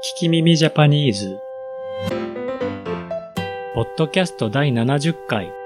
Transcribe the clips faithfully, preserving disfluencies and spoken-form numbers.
聞き耳ジャパニーズポッドキャストだいななじゅっかい。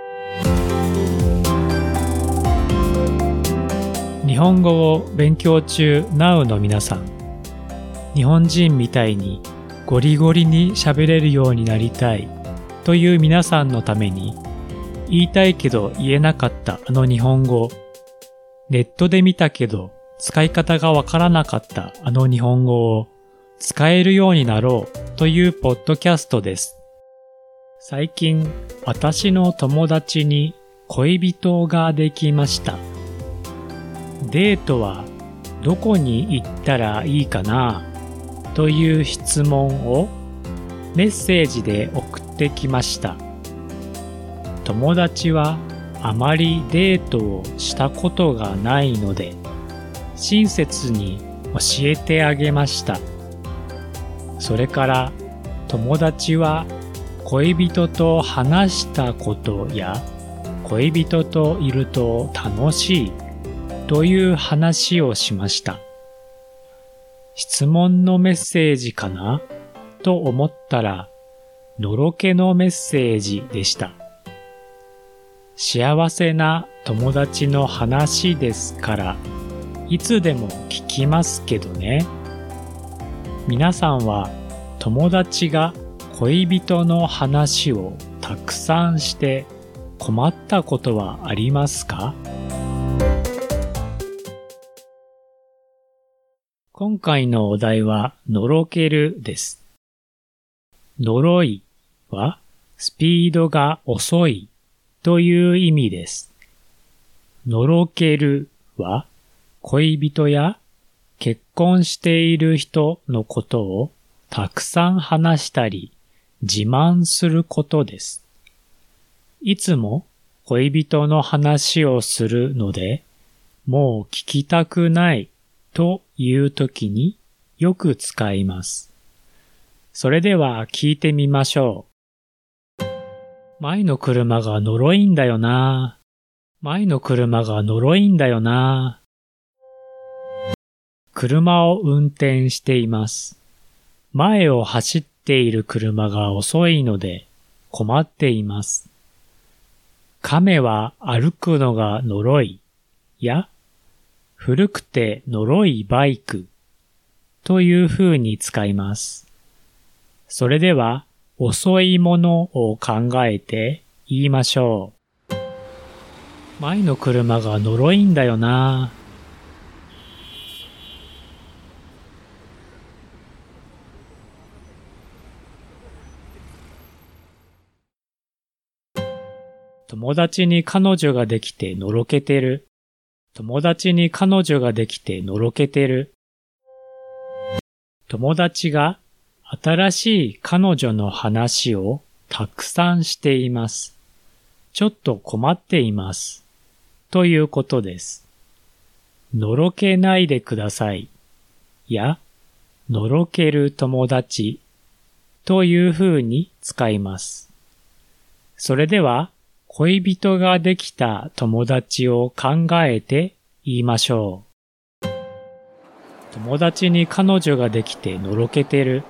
日本語を勉強中 ナウ の皆さん、日本人みたいにゴリゴリに喋れるようになりたいという皆さんのために、言いたいけど言えなかったあの日本語、ネットで見たけど使い方がわからなかったあの日本語を使えるようになろうというポッドキャストです。最近、私の友達に恋人ができました。デートはどこに行ったらいいかなという質問をメッセージで送ってきました。友達はあまりデートをしたことがないので、親切に教えてあげました。それから友達は恋人と話したことや恋人といると楽しいという話をしました。質問のメッセージかなと思ったら、のろけのメッセージでした。幸せな友達の話ですから、いつでも聞きますけどね。皆さんは友達が恋人の話をたくさんして困ったことはありますか？今回のお題はのろけるです。のろいはスピードが遅いという意味です。のろけるは恋人や結婚している人のことをたくさん話したり自慢することです。いつも恋人の話をするので、もう聞きたくないというときによく使います。それでは聞いてみましょう。前の車が呪いんだよな。前の車が呪いんだよな。車を運転しています。前を走っている車が遅いので困っています。亀は歩くのが呪いや古くて呪いバイクという風に使います。それでは遅いものを考えて言いましょう。前の車が呪いんだよな。友達に彼女ができてのろけてる。友達に彼女ができてのろけてる。友達が新しい彼女の話をたくさんしています。ちょっと困っています。ということです。のろけないでください。や、のろける友達というふうに使います。それでは、恋人ができた友達を考えて言いましょう。友達に彼女ができてのろけてる。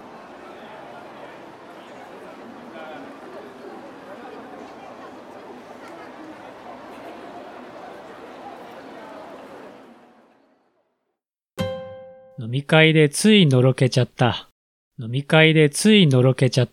飲み会でついのろけちゃった。飲み会でついのろけちゃった。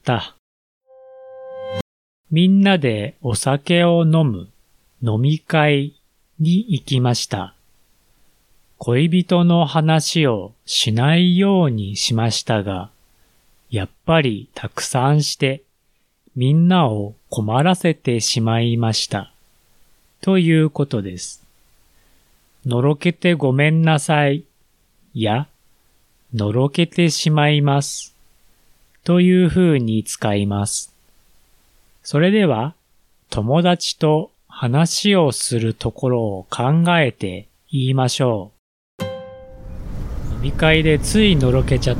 みんなでお酒を飲む飲み会に行きました。恋人の話をしないようにしましたが、やっぱりたくさんしてみんなを困らせてしまいました。ということです。のろけてごめんなさい。や、のろけてしまいます。というふうに使います。それでは、友達と話をするところを考えて言いましょう。飲み会でついのろけちゃった。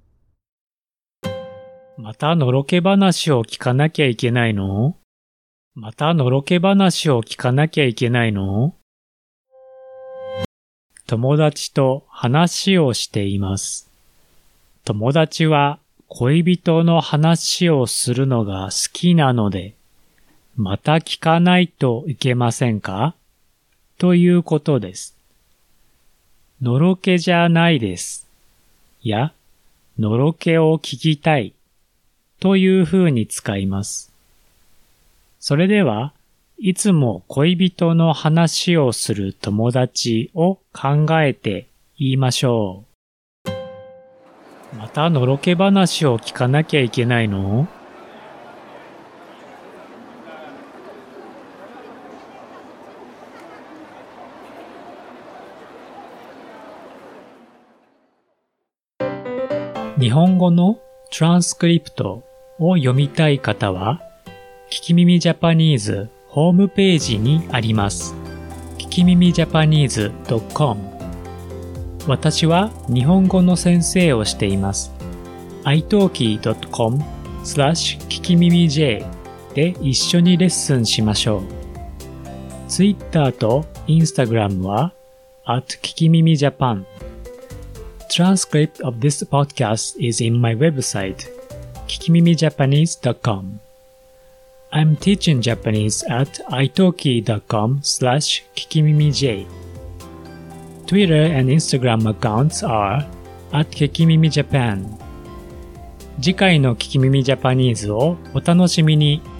またのろけ話を聞かなきゃいけないの？ またのろけ話を聞かなきゃいけないの？友達と話をしています。友達は恋人の話をするのが好きなので、また聞かないといけませんか？ということです。のろけじゃないです。いや、のろけを聞きたいというふうに使います。それでは、いつも恋人の話をする友達を考えて言いましょう。またのろけ話を聞かなきゃいけないの？日本語のトランスクリプトを読みたい方は、聞き耳ジャパニーズホームページにあります。聞き耳ジャパニーズ ドットコム。私は日本語の先生をしています。アイトーキー ドットコム スラッシュ 聞き耳 J で一緒にレッスンしましょう。Twitter と Instagram は アット 聞き耳ジャパン。Transcript of this podcast is in my website 聞き耳ジャパニーズ ドットコム。I'm teaching Japanese atアイトーキー ドットコム スラッシュ 聞き耳 J。Twitter and Instagram accounts are アット 聞き耳 Japan。次回の聞き耳ジャパニーズをお楽しみに。